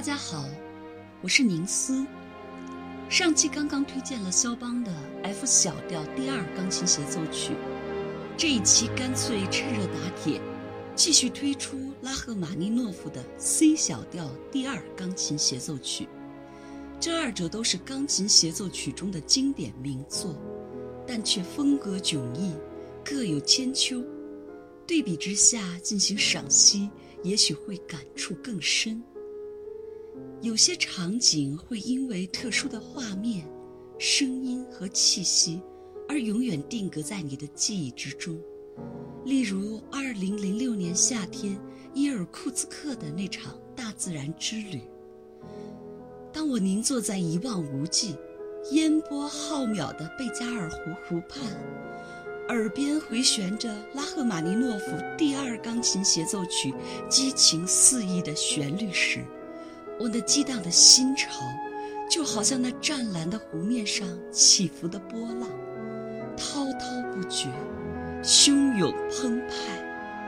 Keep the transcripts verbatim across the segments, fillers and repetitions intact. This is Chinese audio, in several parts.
家好，我是宁思。上期刚刚推荐了肖邦的 F 小调第二钢琴协奏曲，这一期干脆趁热打铁，继续推出拉赫玛尼诺夫的 C 小调第二钢琴协奏曲。这二者都是钢琴协奏曲中的经典名作，但却风格迥异，各有千秋。对比之下进行赏析，也许会感触更深。有些场景会因为特殊的画面、声音和气息而永远定格在你的记忆之中，例如二零零六年夏天伊尔库茨克的那场大自然之旅。当我凝坐在一望无际、烟波浩渺的贝加尔湖湖畔，耳边回旋着拉赫玛尼诺夫第二钢琴协奏曲激情四溢的旋律时，我那激荡的心潮就好像那湛蓝的湖面上起伏的波浪，滔滔不绝，汹涌澎湃。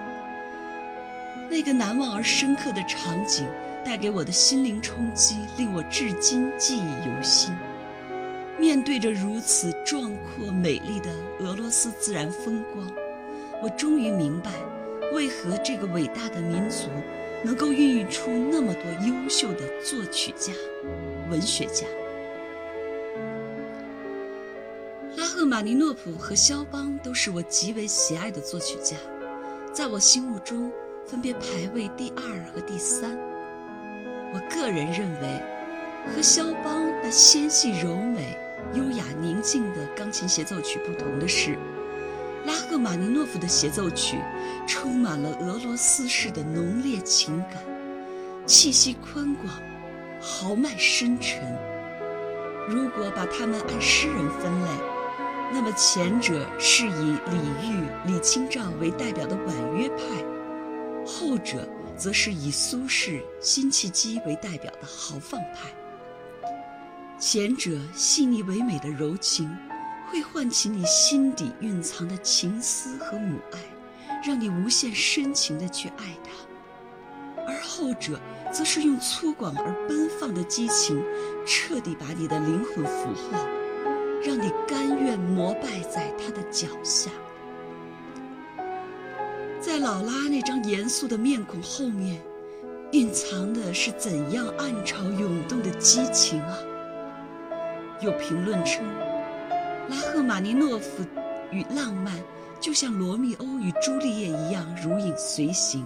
那个难忘而深刻的场景带给我的心灵冲击，令我至今记忆犹新。面对着如此壮阔美丽的俄罗斯自然风光，我终于明白为何这个伟大的民族能够孕育出那么多优秀的作曲家、文学家。拉赫玛尼诺夫和肖邦都是我极为喜爱的作曲家，在我心目中分别排位第二和第三。我个人认为，和肖邦那纤细柔美、优雅宁静的钢琴协奏曲不同的是，拉赫玛尼诺夫的协奏曲充满了俄罗斯式的浓烈情感，气息宽广，豪迈深沉。如果把它们按诗人分类，那么前者是以李煜、李清照为代表的婉约派，后者则是以苏轼、辛弃疾为代表的豪放派。前者细腻唯美的柔情会唤起你心底蕴藏的情思和母爱，让你无限深情地去爱它；而后者则是用粗犷而奔放的激情彻底把你的灵魂俘获，让你甘愿膜拜在他的脚下。在老拉那张严肃的面孔后面，蕴藏的是怎样暗潮涌动的激情啊！有评论称，拉赫玛尼诺夫与浪漫就像罗密欧与朱丽叶一样如影随形，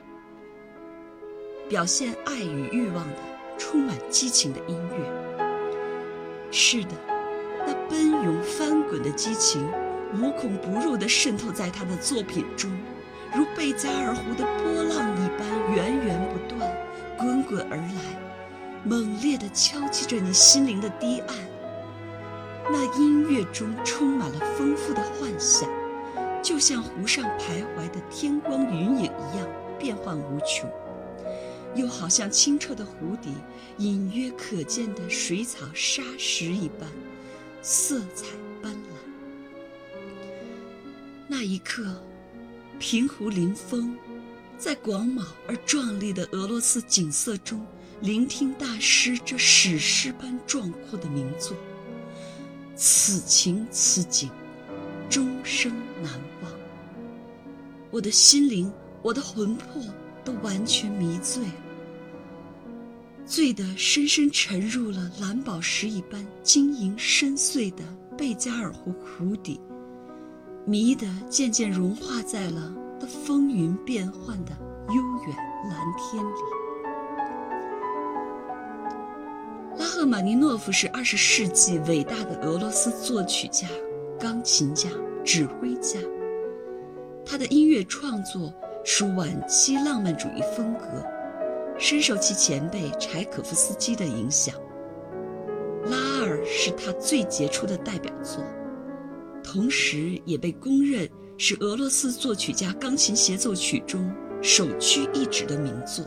表现爱与欲望的充满激情的音乐。是的，那奔涌翻滚的激情无孔不入地渗透在他的作品中，如贝加尔湖的波浪一般源源不断，滚滚而来，猛烈地敲击着你心灵的堤岸。那音乐中充满了丰富的幻想，就像湖上徘徊的天光云影一样变幻无穷，又好像清澈的湖底隐约可见的水草沙石一般，色彩斑斓。那一刻，平湖临风，在广袤而壮丽的俄罗斯景色中聆听大师这史诗般壮阔的名作，此情此景，终生难忘。我的心灵，我的魂魄都完全迷醉了，醉得深深沉入了蓝宝石一般晶莹深邃的贝加尔湖湖底，迷得渐渐融化在了那风云变幻的悠远蓝天里。拉赫玛尼诺夫是二十世纪伟大的俄罗斯作曲家、钢琴家、指挥家。他的音乐创作属晚期浪漫主义风格，深受其前辈柴可夫斯基的影响。拉尔是他最杰出的代表作，同时也被公认是俄罗斯作曲家钢琴协奏曲中首屈一指的名作。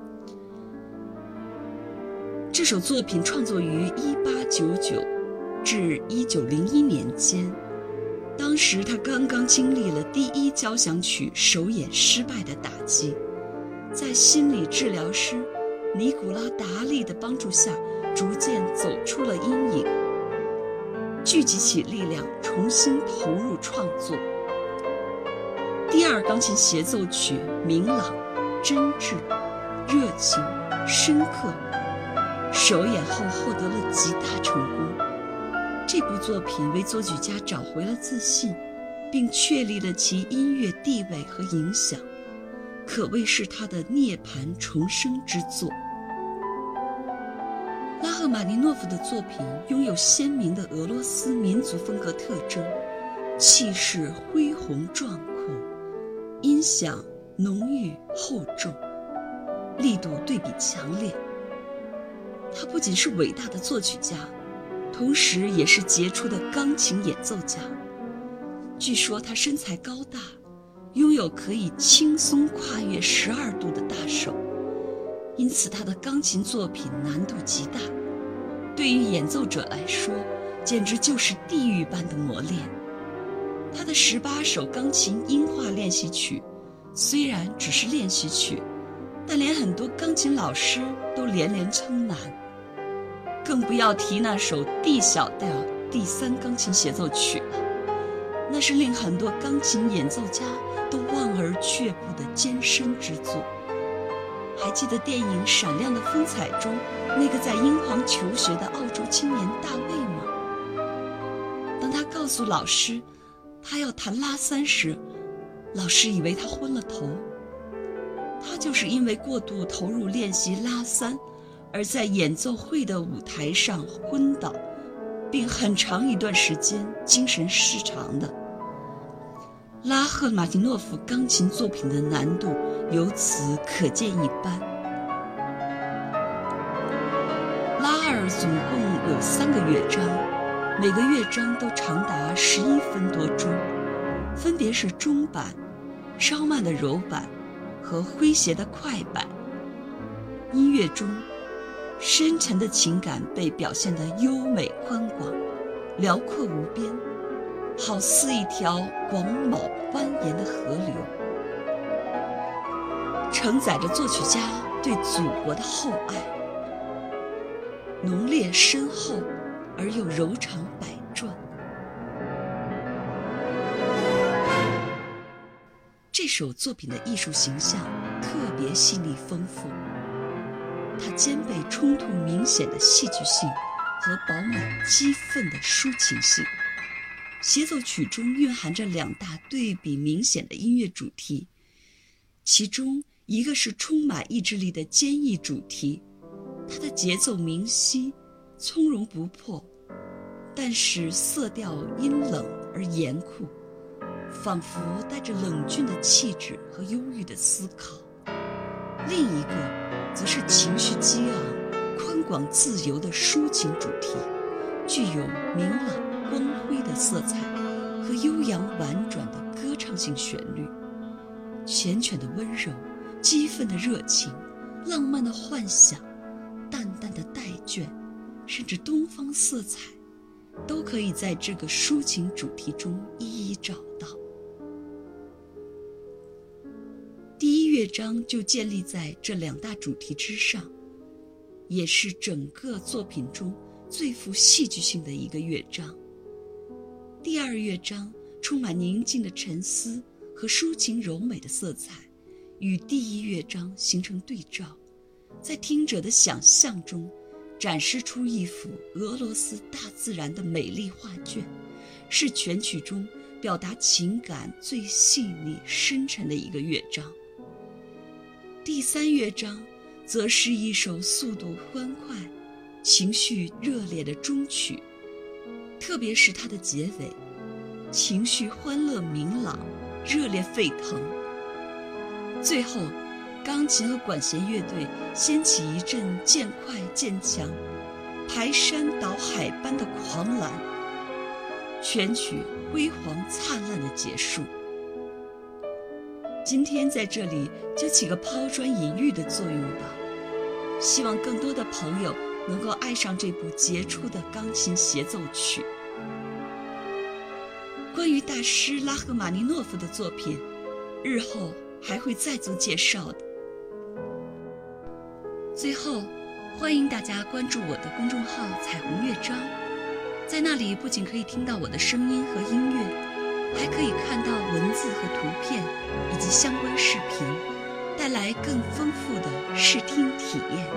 这首作品创作于一八九九至一九零一年间，当时他刚刚经历了第一交响曲首演失败的打击，在心理治疗师尼古拉·达利的帮助下，逐渐走出了阴影，聚集起力量，重新投入创作。第二钢琴协奏曲明朗、真挚、热情、深刻，首演后获得了极大成功。这部作品为作曲家找回了自信，并确立了其音乐地位和影响，可谓是他的涅槃重生之作。拉赫玛尼诺夫的作品拥有鲜明的俄罗斯民族风格特征，气势恢宏壮阔，音响浓郁厚重，力度对比强烈。他不仅是伟大的作曲家，同时也是杰出的钢琴演奏家。据说他身材高大，拥有可以轻松跨越十二度的大手，因此他的钢琴作品难度极大，对于演奏者来说简直就是地狱般的磨练。他的十八首钢琴音画练习曲虽然只是练习曲，但连很多钢琴老师都连连称难，更不要提那首 D 小调第三钢琴协奏曲了，那是令很多钢琴演奏家都望而却步的艰深之作。还记得电影《闪亮的风采》中那个在英皇求学的澳洲青年大卫吗？当他告诉老师他要弹拉三时，老师以为他昏了头。他就是因为过度投入练习拉三，而在演奏会的舞台上昏倒，并很长一段时间精神失常的。拉赫玛尼诺夫钢琴作品的难度由此可见一斑。拉二总共有三个乐章，每个乐章都长达十一分多钟，分别是中板、稍慢的柔板和诙谐的快板。音乐中深沉的情感被表现得优美宽广，辽阔无边，好似一条广袤蜿蜒的河流，承载着作曲家对祖国的厚爱，浓烈深厚而又柔肠百转。这首作品的艺术形象特别细腻丰富，它兼备冲突明显的戏剧性和饱满激愤的抒情性。协奏曲中蕴含着两大对比明显的音乐主题，其中一个是充满意志力的坚毅主题，它的节奏明晰，从容不迫，但是色调阴冷而严酷，仿佛带着冷峻的气质和忧郁的思考。另一个则是情绪激昂、宽广自由的抒情主题，具有明朗光辉的色彩和悠扬婉转的歌唱性旋律，缱绻的温柔，激愤的热情，浪漫的幻想，淡淡的带倦，甚至东方色彩，都可以在这个抒情主题中一一找到。第一乐章就建立在这两大主题之上，也是整个作品中最富戏剧性的一个乐章。第二乐章充满宁静的沉思和抒情柔美的色彩，与第一乐章形成对照，在听者的想象中展示出一幅俄罗斯大自然的美丽画卷，是全曲中表达情感最细腻深沉的一个乐章。第三乐章则是一首速度欢快、情绪热烈的终曲，特别是它的结尾，情绪欢乐明朗，热烈沸腾。最后，钢琴和管弦乐队掀起一阵渐快渐强、排山倒海般的狂澜，全曲辉煌灿烂的结束。今天在这里就起个抛砖引玉的作用吧，希望更多的朋友能够爱上这部杰出的钢琴协奏曲。关于大师拉赫玛尼诺夫的作品，日后还会再做介绍的。 最后，欢迎大家关注我的公众号“彩虹乐章”，在那里不仅可以听到我的声音和音乐，还可以看到文字和图片以及相关视频，带来更丰富的视听体验。